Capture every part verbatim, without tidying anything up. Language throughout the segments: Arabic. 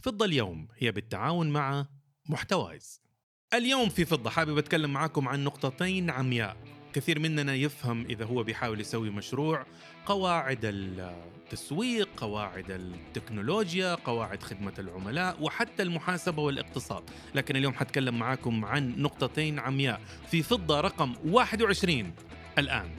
فضة اليوم هي بالتعاون مع محتوايز. اليوم في فضة حابب أتكلم معكم عن نقطتين عمياء كثير مننا يفهم إذا هو بيحاول يسوي مشروع: قواعد التسويق، قواعد التكنولوجيا، قواعد خدمة العملاء، وحتى المحاسبة والاقتصاد. لكن اليوم حتكلم معكم عن نقطتين عمياء في فضة رقم واحد وعشرين الآن.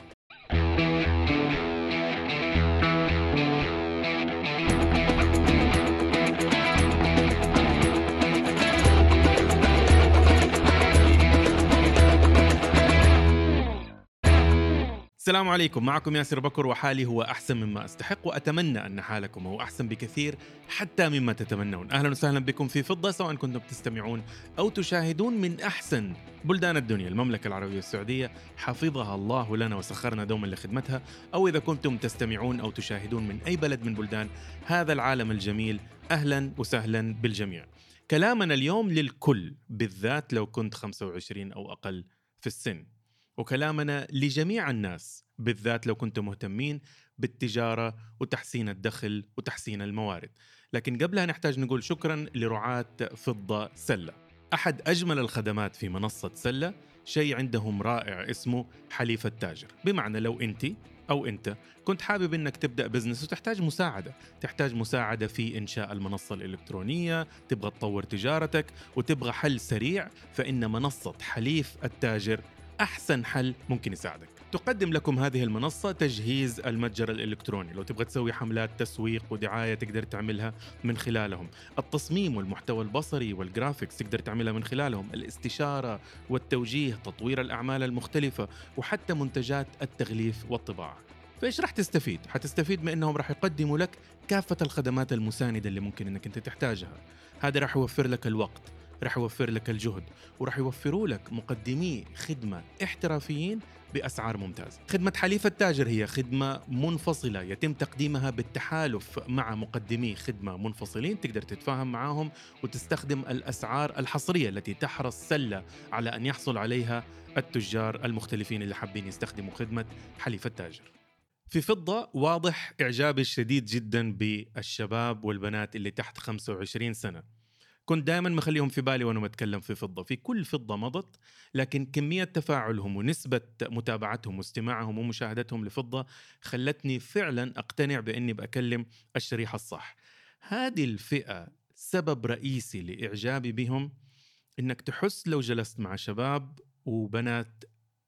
السلام عليكم، معكم ياسر بكر، وحالي هو أحسن مما أستحق، وأتمنى أن حالكم هو أحسن بكثير حتى مما تتمنون. أهلا وسهلا بكم في فضة، سواء كنتم تستمعون أو تشاهدون من أحسن بلدان الدنيا، المملكة العربية السعودية حفظها الله لنا وسخرنا دوما لخدمتها، أو إذا كنتم تستمعون أو تشاهدون من أي بلد من بلدان هذا العالم الجميل، أهلا وسهلا بالجميع. كلامنا اليوم للكل، بالذات لو كنت خمسة وعشرين أو أقل في السن، وكلامنا لجميع الناس بالذات لو كنتم مهتمين بالتجارة وتحسين الدخل وتحسين الموارد. لكن قبلها نحتاج نقول شكرا لرعاة فضة سلة، أحد أجمل الخدمات في منصة سلة. شيء عندهم رائع اسمه حليف التاجر، بمعنى لو أنت أو أنت كنت حابب أنك تبدأ بزنس وتحتاج مساعدة، تحتاج مساعدة في إنشاء المنصة الإلكترونية، تبغى تطور تجارتك وتبغى حل سريع، فإن منصة حليف التاجر أحسن حل ممكن يساعدك. تقدم لكم هذه المنصة تجهيز المتجر الإلكتروني، لو تبغى تسوي حملات تسويق ودعاية تقدر تعملها من خلالهم، التصميم والمحتوى البصري والجرافيكس تقدر تعملها من خلالهم، الاستشارة والتوجيه، تطوير الأعمال المختلفة، وحتى منتجات التغليف والطباعة. فإيش راح تستفيد؟ حتستفيد من أنهم راح يقدموا لك كافة الخدمات المساندة اللي ممكن أنك أنت تحتاجها. هذا راح يوفر لك الوقت، راح يوفر لك الجهد، وراح يوفروا لك مقدمي خدمة احترافيين بأسعار ممتازة. خدمة حليف التاجر هي خدمة منفصلة يتم تقديمها بالتحالف مع مقدمي خدمة منفصلين، تقدر تتفاهم معاهم وتستخدم الأسعار الحصرية التي تحرص سلة على أن يحصل عليها التجار المختلفين اللي حابين يستخدموا خدمة حليف التاجر. في فضة واضح إعجابي الشديد جدا بالشباب والبنات اللي تحت خمسة وعشرين سنة. كنت دائما مخليهم في بالي وأنا متكلم في فضة، في كل فضة مضت، لكن كمية تفاعلهم ونسبة متابعتهم واستماعهم ومشاهدتهم لفضة خلتني فعلا أقتنع بأني بأكلم الشريحة الصح. هذه الفئة سبب رئيسي لإعجابي بهم، إنك تحس لو جلست مع شباب وبنات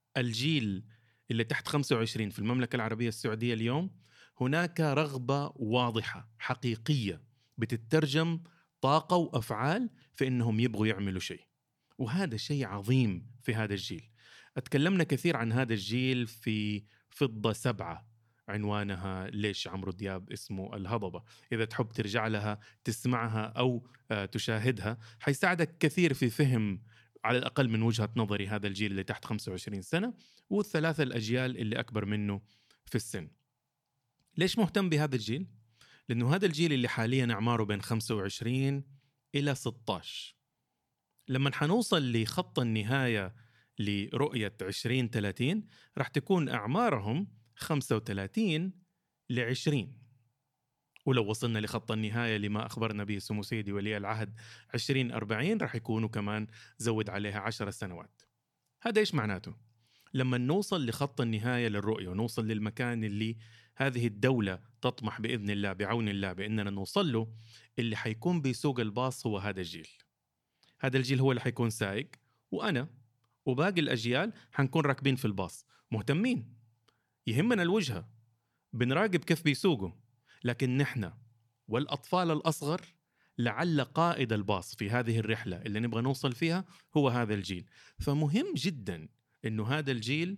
الجيل اللي تحت خمسة وعشرين في المملكة العربية السعودية اليوم، هناك رغبة واضحة حقيقية بتترجم طاقة وأفعال في إنهم يبغوا يعملوا شيء، وهذا شيء عظيم في هذا الجيل. أتكلمنا كثير عن هذا الجيل في فضة سبعة، عنوانها ليش عمرو دياب اسمه الهضبة. إذا تحب ترجع لها تسمعها أو تشاهدها، حيساعدك كثير في فهم على الأقل من وجهة نظري هذا الجيل اللي تحت خمسة وعشرين سنة والثلاثة الأجيال اللي أكبر منه في السن. ليش مهتم بهذا الجيل؟ لأنه هذا الجيل اللي حالياً أعماره بين خمسة وعشرين إلى ستة عشر، لما حنوصل لخط النهاية لرؤية عشرين ثلاثين راح تكون أعمارهم خمسة وثلاثين لعشرين، ولو وصلنا لخط النهاية لما أخبرنا به سمو سيدي ولي العهد عشرين أربعين راح يكونوا كمان زود عليها عشر سنوات. هذا إيش معناته؟ لما نوصل لخط النهاية للرؤية ونوصل للمكان اللي هذه الدولة تطمح بإذن الله بعون الله بأننا نوصل له، اللي حيكون بيسوق الباص هو هذا الجيل. هذا الجيل هو اللي حيكون سائق، وأنا وباقي الأجيال حنكون راكبين في الباص مهتمين، يهمنا الوجهة، بنراقب كيف بيسوقوا، لكن نحن والأطفال الأصغر لعل قائد الباص في هذه الرحلة اللي نبغى نوصل فيها هو هذا الجيل. فمهم جدا إنه هذا الجيل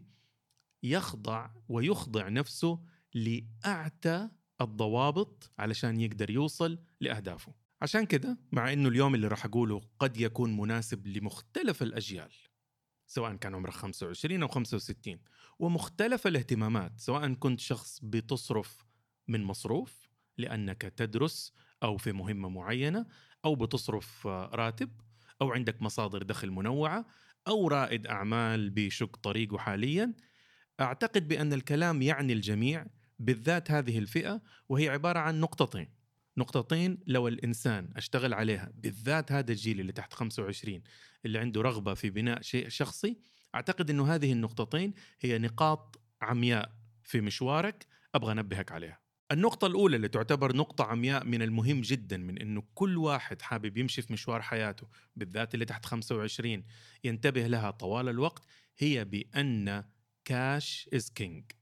يخضع ويخضع نفسه لأعتى الضوابط علشان يقدر يوصل لأهدافه. عشان كده مع إنه اليوم اللي راح أقوله قد يكون مناسب لمختلف الأجيال، سواء كان عمرك خمسة وعشرين أو خمسة وستين، ومختلف الاهتمامات، سواء كنت شخص بتصرف من مصروف لأنك تدرس أو في مهمة معينة، أو بتصرف راتب، أو عندك مصادر دخل منوعة، أو رائد أعمال بشق طريقه حالياً. أعتقد بأن الكلام يعني الجميع، بالذات هذه الفئة، وهي عبارة عن نقطتين: نقطتين لو الإنسان اشتغل عليها، بالذات هذا الجيل اللي تحت خمسة وعشرين اللي عنده رغبة في بناء شيء شخصي، أعتقد أنه هذه النقطتين هي نقاط عمياء في مشوارك أبغى أنبهك عليها. النقطة الأولى اللي تعتبر نقطة عمياء من المهم جدا من أنه كل واحد حابب يمشي في مشوار حياته، بالذات اللي تحت خمسة وعشرين، ينتبه لها طوال الوقت، هي بأن كاش is king.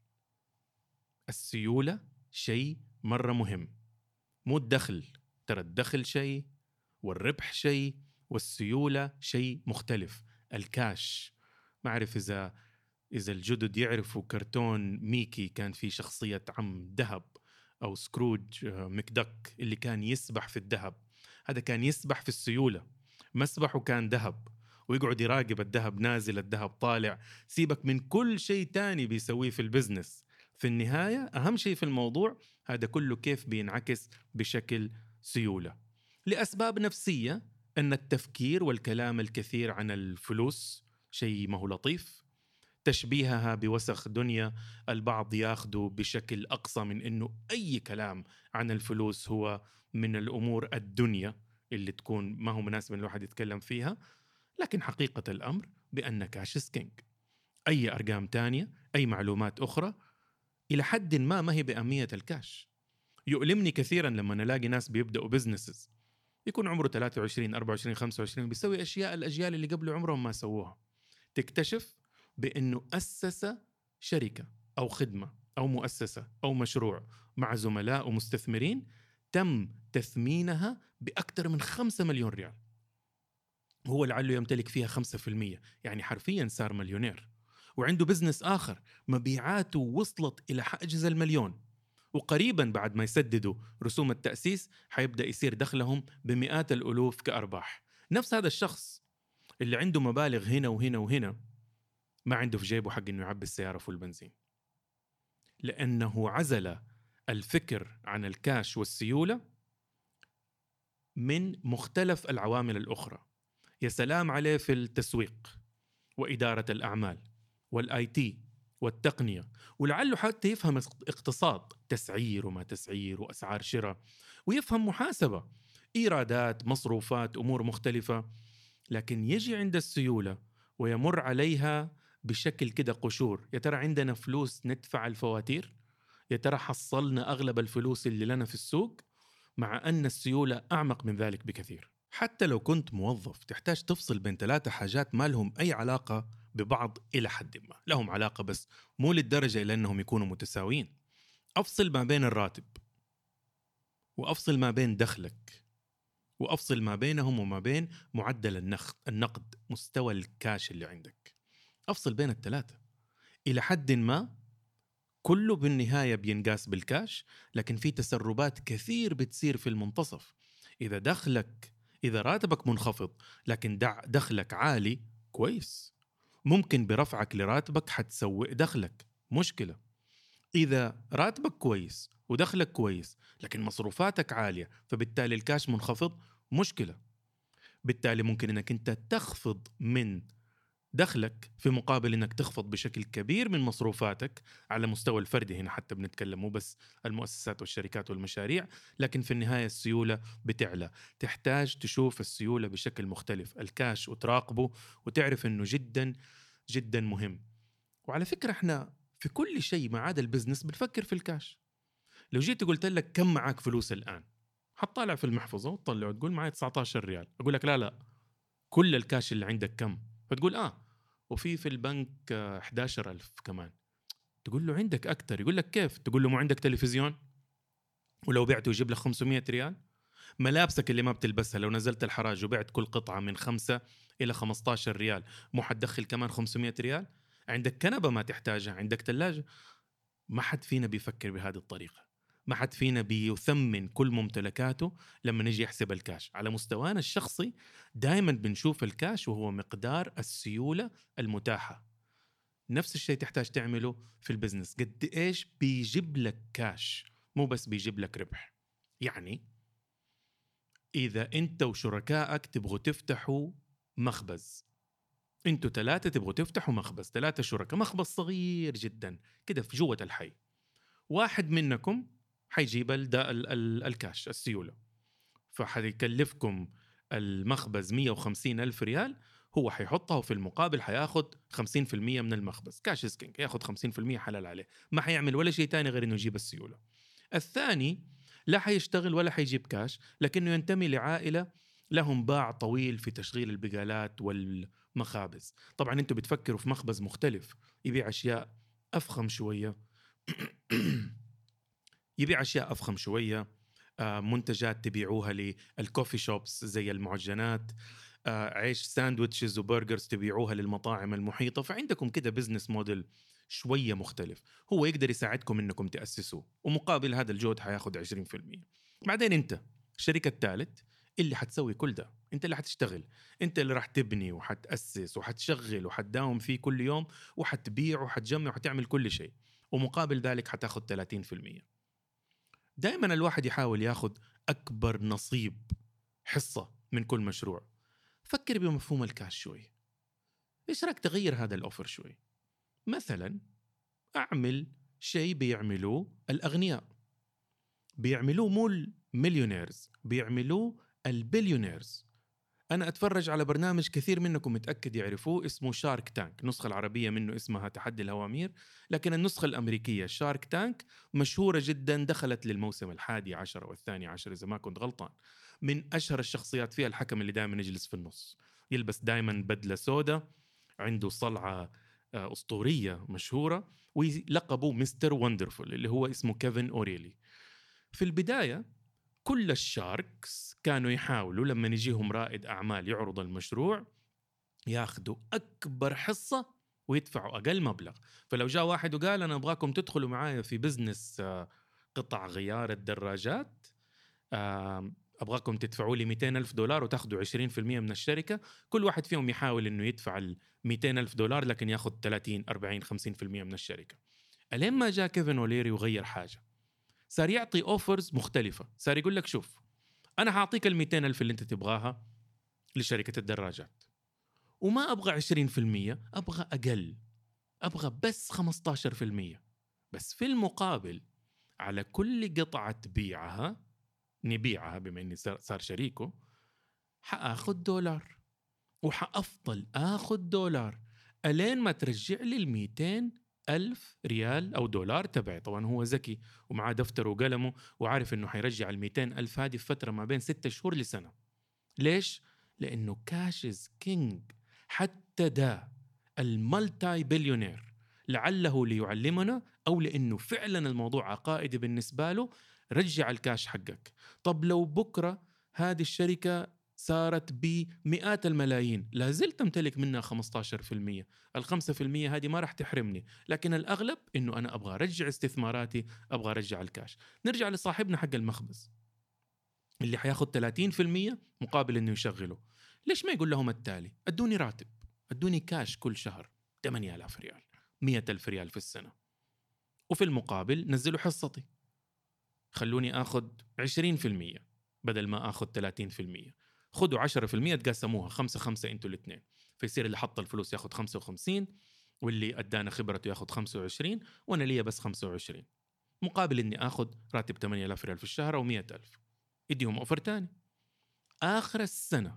السيولة شيء مرة مهم، مو الدخل. ترى الدخل شيء والربح شيء والسيولة شيء مختلف. الكاش، ما أعرف إذا إذا الجدد يعرفوا كرتون ميكي كان في شخصية عم ذهب، أو سكروج مكدك اللي كان يسبح في الذهب، هذا كان يسبح في السيولة، مسبحه كان ذهب ويقعد يراقب الذهب نازل الذهب طالع. سيبك من كل شيء تاني بيسويه في البزنس، في النهاية أهم شيء في الموضوع هذا كله كيف بينعكس بشكل سيولة. لأسباب نفسية، أن التفكير والكلام الكثير عن الفلوس شيء ما هو لطيف، تشبيهها بوسخ دنيا البعض ياخده بشكل أقصى من أنه أي كلام عن الفلوس هو من الأمور الدنيا اللي تكون ما هو مناسب أن الواحد يتكلم فيها. لكن حقيقة الأمر بأن كاش سكينج. أي أرقام تانية، أي معلومات أخرى إلى حد ما ما هي بأهمية الكاش. يؤلمني كثيرا لما نلاقي ناس بيبدأوا بزنسز يكون عمره ثلاثة وعشرين أربعة وعشرين خمسة وعشرين بيسوي أشياء الأجيال اللي قبله عمرهم ما سووها. تكتشف بأنه أسس شركة أو خدمة أو مؤسسة أو مشروع مع زملاء ومستثمرين تم تثمينها بأكثر من خمسة مليون ريال، هو لعله يمتلك فيها خمسة في المية، يعني حرفيا صار مليونير. وعنده بزنس آخر مبيعاته وصلت إلى حاجز المليون، وقريبا بعد ما يسددوا رسوم التأسيس حيبدأ يصير دخلهم بمئات الألوف كأرباح. نفس هذا الشخص اللي عنده مبالغ هنا وهنا وهنا ما عنده في جيبه حق إنه يعبي السيارة فول بنزين، لأنه عزل الفكر عن الكاش والسيولة من مختلف العوامل الأخرى. يا سلام عليه في التسويق وإدارة الأعمال والآي تي والتقنية، ولعله حتى يفهم اقتصاد، تسعير وما تسعير وأسعار شراء، ويفهم محاسبة، إيرادات مصروفات أمور مختلفة. لكن يجي عند السيولة ويمر عليها بشكل كده قشور. يا ترى عندنا فلوس ندفع الفواتير؟ يا ترى حصلنا أغلب الفلوس اللي لنا في السوق؟ مع أن السيولة أعمق من ذلك بكثير. حتى لو كنت موظف تحتاج تفصل بين ثلاثة حاجات ما لهم أي علاقة ببعض إلى حد ما، لهم علاقة بس مو للدرجة إلى أنهم يكونوا متساويين. أفصل ما بين الراتب، وأفصل ما بين دخلك، وأفصل ما بينهم وما بين معدل النقد، مستوى الكاش اللي عندك. أفصل بين الثلاثة. إلى حد ما كله بالنهاية بينقاس بالكاش، لكن في تسربات كثير بتصير في المنتصف. إذا دخلك إذا راتبك منخفض لكن دخلك عالي، كويس، ممكن برفعك لراتبك حتسوي دخلك، مشكلة. إذا راتبك كويس ودخلك كويس لكن مصروفاتك عالية فبالتالي الكاش منخفض، مشكلة. بالتالي ممكن أنك أنت تخفض من دخلك في مقابل أنك تخفض بشكل كبير من مصروفاتك على مستوى الفردي. هنا حتى بنتكلم مو بس المؤسسات والشركات والمشاريع، لكن في النهاية السيولة بتعلى. تحتاج تشوف السيولة بشكل مختلف، الكاش، وتراقبه وتعرف أنه جدا جدا مهم. وعلى فكرة احنا في كل شيء ما عدا البزنس بنفكر في الكاش. لو جيت قلت لك كم معك فلوس الآن، حتطالع في المحفظة وتطلع وتقول معي تسعة عشر ريال، أقول لك لا لا كل الكاش اللي عندك كم؟ فتقول آه وفي في البنك أحد عشر ألف كمان. تقول له عندك أكتر، يقول لك كيف؟ تقول له مو عندك تلفزيون ولو بعته يجيب لك خمسمية ريال؟ ملابسك اللي ما بتلبسها لو نزلت الحراج وبعت كل قطعة من خمسة إلى خمسة عشر ريال مو حتدخل كمان خمسمية ريال؟ عندك كنبة ما تحتاجها، عندك ثلاجة. ما حد فينا بيفكر بهذه الطريقة، ما حد فينا بيثمن كل ممتلكاته. لما نجي يحسب الكاش على مستوانا الشخصي دائما بنشوف الكاش وهو مقدار السيولة المتاحة. نفس الشيء تحتاج تعمله في البزنس، قد إيش بيجيب لك كاش، مو بس بيجيب لك ربح. يعني إذا أنت وشركائك تبغوا تفتحوا مخبز، أنتوا ثلاثة تبغوا تفتحوا مخبز، ثلاثة شركاء، مخبز صغير جدا كده في جوة الحي. واحد منكم حيجيب الدا ال ال الكاش السيولة، فحيكلفكم المخبز مية وخمسين ألف ريال، هو حيحطها وفي المقابل حياخد خمسين بالمية من المخبز. كاش سكينج ياخد خمسين بالمية حلال عليه، ما حيعمل ولا شيء تاني غير إنه يجيب السيولة. الثاني لا حيشتغل ولا حيجيب كاش، لكنه ينتمي لعائلة لهم باع طويل في تشغيل البقالات والمخابز. طبعا انتوا بتفكروا في مخبز مختلف، يبيع أشياء أفخم شوية يبيع أشياء أفخم شوية، منتجات تبيعوها للكوفي شوبس زي المعجنات، عيش ساندويتشز وبرجرز تبيعوها للمطاعم المحيطة. فعندكم كده بزنس موديل شوية مختلف، هو يقدر يساعدكم إنكم تأسسوه، ومقابل هذا الجهد حياخد عشرين بالمية. بعدين أنت الشركة الثالث اللي حتسوي كل ده، أنت اللي حتشتغل، أنت اللي راح تبني وحتأسس وحتشغل وحتداوم فيه كل يوم وحتبيع وحتجمع وحتعمل كل شيء، ومقابل ذلك حتاخد ثلاثين بالمية. دائما الواحد يحاول ياخد أكبر نصيب حصة من كل مشروع. فكر بمفهوم الكاش شوي، إيش رأيك تغير هذا الأوفر شوي؟ مثلا أعمل شيء بيعملوه الأغنياء، بيعملوه مو المليونيرز، بيعملوه البليونيرز. أنا أتفرج على برنامج كثير منكم متأكد يعرفوه، اسمه شارك تانك. النسخة العربية منه اسمها تحدي الهوامير، لكن النسخة الأمريكية شارك تانك مشهورة جدا، دخلت للموسم الحادي عشر والثاني عشر إذا ما كنت غلطان. من أشهر الشخصيات فيها الحكم اللي دائما يجلس في النص، يلبس دائما بدلة سوداء، عنده صلعة أسطورية مشهورة، ولقبه مستر وندرفول اللي هو اسمه كيفن أوريلي. في البداية كل الشاركس كانوا يحاولوا لما يجيهم رائد أعمال يعرض المشروع ياخدوا أكبر حصة ويدفعوا أقل مبلغ. فلو جاء واحد وقال أنا أبغاكم تدخلوا معايا في بزنس قطع غيار الدراجات، أبغاكم تدفعوا لي مئتين ألف دولار وتاخدوا عشرين بالمية من الشركة، كل واحد فيهم يحاول إنه يدفع ال مئتين ألف دولار لكن ياخد ثلاثين أربعين خمسين بالمية من الشركة. ألين ما جاء كيفن أوليري وغير حاجة، صار يعطي أوفرز مختلفة. صار يقول لك شوف أنا هعطيك الميتين ألف اللي أنت تبغاها لشركة الدراجات، وما أبغى عشرين بالمية، أبغى أقل، أبغى بس خمستاشر بالمية. بس في المقابل على كل قطعة تبيعها نبيعها بما أني صار شريكه، حأخذ دولار، وحأفضل أخذ دولار ألين ما ترجع لي الميتين ألف ريال أو دولار تبعي. طبعا هو ذكي ومعاه دفتر وقلمه وعارف أنه حيرجع الميتين ألف هذه في فترة ما بين ستة شهور لسنة. ليش؟ لأنه كاشز كينج. حتى دا المالتاي بليونير لعله ليعلمنا أو لأنه فعلا الموضوع عقائدي بالنسبة له، رجع الكاش حقك. طب لو بكرة هذه الشركة صارت بمئات الملايين، لازلت تمتلك منها خمستاشر بالمية، الخمسة بالمية هذه ما رح تحرمني، لكن الأغلب إنه أنا أبغى أرجع استثماراتي، أبغى أرجع الكاش. نرجع لصاحبنا حق المخبز اللي حياخد ثلاثين بالمية مقابل إنه يشغله. ليش ما يقول لهم التالي؟ أدوني راتب، أدوني كاش كل شهر ثمانية آلاف ريال، مئة ألف ريال في السنة، وفي المقابل نزلوا حصتي، خلوني أخذ عشرين بالمية بدل ما أخذ ثلاثين بالمية. خدوا عشرة بالمية تقسموها خمسة خمسة انتوا الاثنين، فيصير اللي حط الفلوس ياخد خمسة وخمسين، واللي أدانا خبرته ياخد خمسة وعشرين، وأنا ليا بس خمسة وعشرين، مقابل إني أخذ راتب ثمانية آلاف ريال في الشهر أو مئة ألف. إديهم أوفر تاني، آخر السنة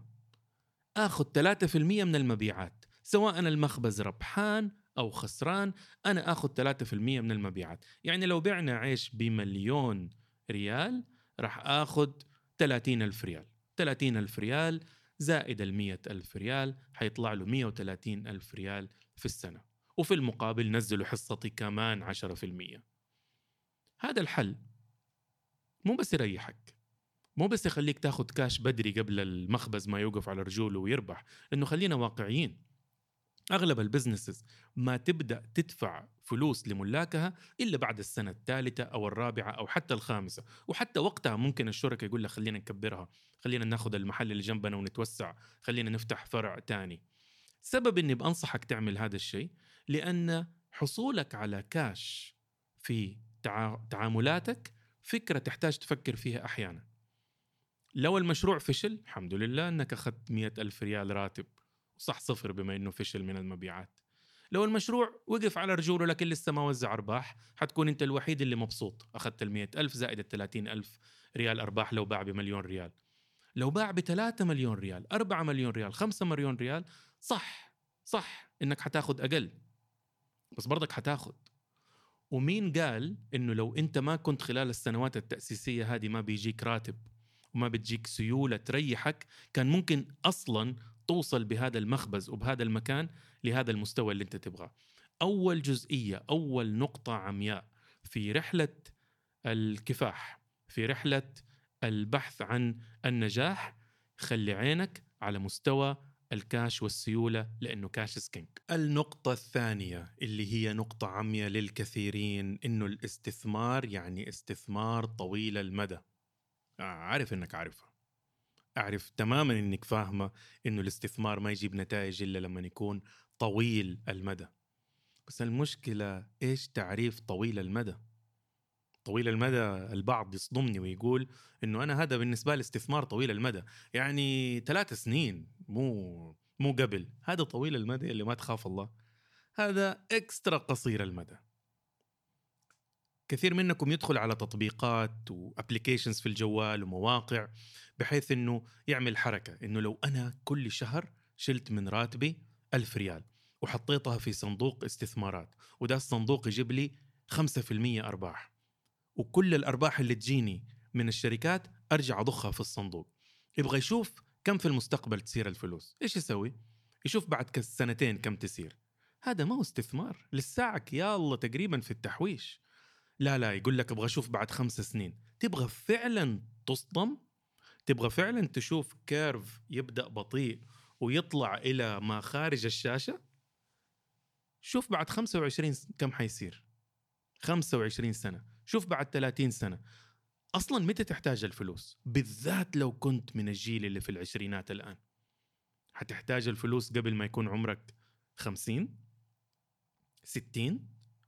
أخذ ثلاثة بالمية من المبيعات، سواء المخبز ربحان أو خسران أنا أخذ ثلاثة بالمية من المبيعات. يعني لو بعنا عيش بمليون ريال راح أخذ ثلاثين ألف ريال، ثلاثين ألف ريال زائد المية ألف ريال حيطلع له مية وثلاثين ألف ريال في السنة، وفي المقابل نزلوا حصتي كمان عشرة بالمية. هذا الحل مو بس يريحك، مو بس يخليك تاخد كاش بدري قبل المخبز ما يوقف على رجوله ويربح، لأنه خلينا واقعيين، أغلب البزنسز ما تبدأ تدفع فلوس لملاكها إلا بعد السنة الثالثة أو الرابعة أو حتى الخامسة، وحتى وقتها ممكن الشركة يقول لك خلينا نكبرها، خلينا ناخد المحل اللي جنبنا ونتوسع، خلينا نفتح فرع تاني. سبب إني بأنصحك تعمل هذا الشيء لأن حصولك على كاش في تعاملاتك فكرة تحتاج تفكر فيها أحيانا. لو المشروع فشل الحمد لله أنك أخذت مئة ألف ريال راتب، وصح صفر بما أنه فشل من المبيعات. لو المشروع وقف على رجوله لكن لسه ما وزع أرباح، حتكون أنت الوحيد اللي مبسوط، أخذت المئة ألف زائد الثلاثين ألف ريال أرباح لو باع بمليون ريال. لو باع بثلاثة مليون ريال، أربعة مليون ريال، خمسة مليون ريال، صح صح إنك حتاخد أقل، بس برضك حتاخد. ومين قال إنه لو أنت ما كنت خلال السنوات التأسيسية هذه ما بيجيك راتب وما بتجيك سيولة تريحك، كان ممكن أصلاً توصل بهذا المخبز وبهذا المكان لهذا المستوى اللي أنت تبغاه. أول جزئية، أول نقطة عمياء في رحلة الكفاح، في رحلة البحث عن النجاح، خلي عينك على مستوى الكاش والسيولة، لأنه كاش سكينج. النقطة الثانية اللي هي نقطة عمياء للكثيرين، إنه الاستثمار يعني استثمار طويل المدى. عارف إنك عارفها، أعرف تماماً إنك فاهمة إنه الاستثمار ما يجيب نتائج إلا لما يكون طويل المدى. بس المشكلة إيش تعريف طويل المدى؟ طويل المدى البعض يصدمني ويقول إنه أنا هذا بالنسبة لي استثمار طويل المدى يعني ثلاث سنين، مو مو قبل. هذا طويل المدى اللي ما تخاف الله، هذا إكسترا قصير المدى. كثير منكم يدخل على تطبيقات وابليكيشنز في الجوال ومواقع بحيث إنه يعمل حركة إنه لو أنا كل شهر شلت من راتبي ألف ريال وحطيتها في صندوق استثمارات، وده الصندوق يجيب لي خمسة في المية أرباح، وكل الأرباح اللي تجيني من الشركات أرجع أضخها في الصندوق، يبغى يشوف كم في المستقبل تصير الفلوس. إيش يسوي؟ يشوف بعد سنتين كم تصير. هذا ما هو استثمار، لساعك يا الله تقريبا في التحويش. لا لا، يقول لك أبغى أشوف بعد خمس سنين. تبغى فعلا تصدم؟ تبغى فعلا تشوف كيرف يبدأ بطيء ويطلع إلى ما خارج الشاشة؟ شوف بعد خمسة وعشرين كم حيصير، خمسة وعشرين سنة. شوف بعد ثلاثين سنة. أصلاً متى تحتاج الفلوس؟ بالذات لو كنت من الجيل اللي في العشرينات الآن، حتحتاج الفلوس قبل ما يكون عمرك خمسين ستين.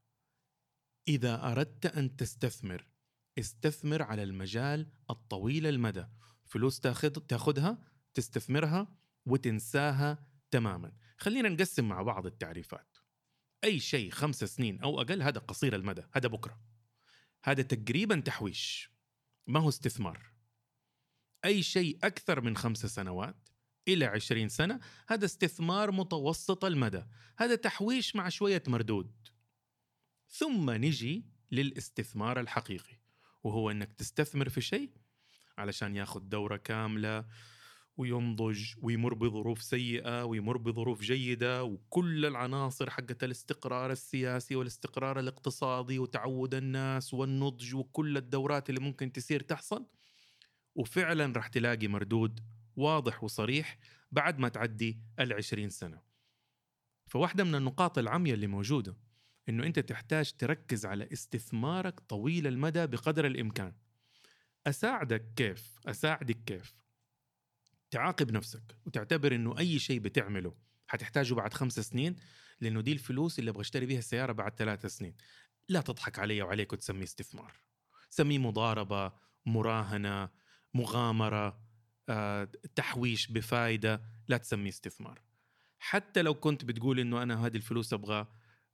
إذا أردت أن تستثمر، استثمر على المجال الطويل المدى. فلوس تاخذ تاخذها تستثمرها وتنساها تماماً. خلينا نقسم مع بعض التعريفات. أي شيء خمس سنين أو أقل هذا قصير المدى، هذا بكرة، هذا تقريباً تحويش، ما هو استثمار. أي شيء أكثر من خمس سنوات إلى عشرين سنة هذا استثمار متوسط المدى، هذا تحويش مع شوية مردود. ثم نجي للاستثمار الحقيقي، وهو أنك تستثمر في شيء علشان ياخد دورة كاملة وينضج ويمر بظروف سيئة ويمر بظروف جيدة، وكل العناصر حقت الاستقرار السياسي والاستقرار الاقتصادي وتعود الناس والنضج وكل الدورات اللي ممكن تصير تحصل، وفعلا رح تلاقي مردود واضح وصريح بعد ما تعدي العشرين سنة. فواحدة من النقاط العمية اللي موجودة إنه أنت تحتاج تركز على استثمارك طويل المدى بقدر الإمكان. أساعدك كيف؟ أساعدك كيف تعاقب نفسك وتعتبر إنه أي شيء بتعمله حتحتاجه بعد خمس سنين، لأنه دي الفلوس اللي أبغى أشتري بيها السيارة بعد ثلاث سنين. لا تضحك علي وعليك وتسميه استثمار، سميه مضاربة، مراهنة، مغامرة، آه، تحويش بفايدة. لا تسميه استثمار. حتى لو كنت بتقول إنه أنا هذه الفلوس أبغى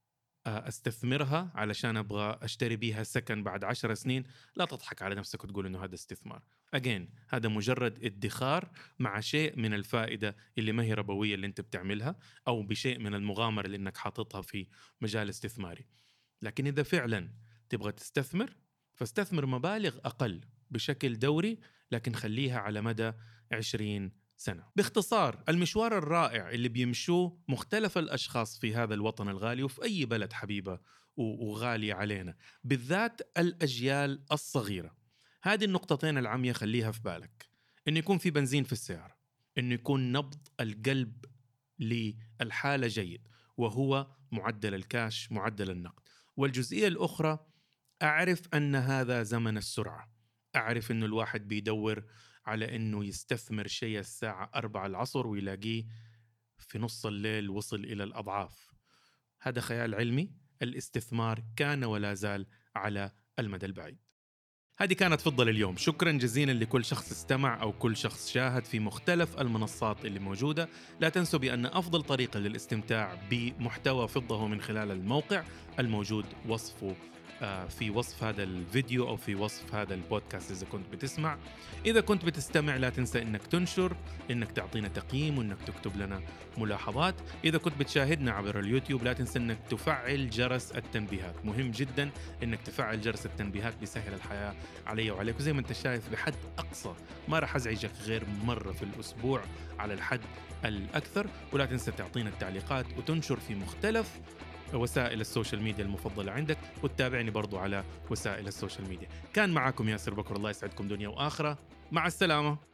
استثمرها علشان أبغى أشتري بيها سكن بعد عشر سنين، لا تضحك على نفسك وتقول إنه هذا استثمار. أجين هذا مجرد ادخار مع شيء من الفائدة اللي ما هي ربوية اللي أنت بتعملها، أو بشيء من المغامرة اللي إنك حاططها في مجال استثماري. لكن إذا فعلا تبغى تستثمر فاستثمر مبالغ أقل بشكل دوري، لكن خليها على مدى عشرين سنة. باختصار، المشوار الرائع اللي بيمشوه مختلف الأشخاص في هذا الوطن الغالي وفي أي بلد حبيبة وغالية علينا، بالذات الأجيال الصغيرة. هذه النقطتين العمية خليها في بالك، إنه يكون في بنزين في السيارة، إنه يكون نبض القلب للحالة جيد، وهو معدل الكاش، معدل النقد. والجزئية الأخرى، أعرف أن هذا زمن السرعة، أعرف أنه الواحد بيدور على أنه يستثمر شيء الساعة أربعة العصر ويلاقيه في نص الليل وصل إلى الأضعاف. هذا خيال علمي. الاستثمار كان ولا زال على المدى البعيد. هذه كانت فضة اليوم. شكرا جزيلا لكل شخص استمع أو كل شخص شاهد في مختلف المنصات اللي موجودة. لا تنسوا بأن أفضل طريقة للاستمتاع بمحتوى فضة هو من خلال الموقع الموجود وصفه في وصف هذا الفيديو أو في وصف هذا البودكاست. إذا كنت بتسمع، إذا كنت بتستمع، لا تنسى إنك تنشر، إنك تعطينا تقييم، وإنك تكتب لنا ملاحظات. إذا كنت بتشاهدنا عبر اليوتيوب، لا تنسى إنك تفعل جرس التنبيهات. مهم جدا إنك تفعل جرس التنبيهات، بيسهل الحياة علي وعليك. وزي ما أنت شايف بحد أقصى ما راح أزعجك غير مرة في الأسبوع على الحد الأكثر. ولا تنسى تعطينا التعليقات وتنشر في مختلف وسائل السوشيال ميديا المفضلة عندك، وتتابعني برضو على وسائل السوشيال ميديا. كان معكم ياسر بكر، الله يسعدكم دنيا وآخرة. مع السلامة.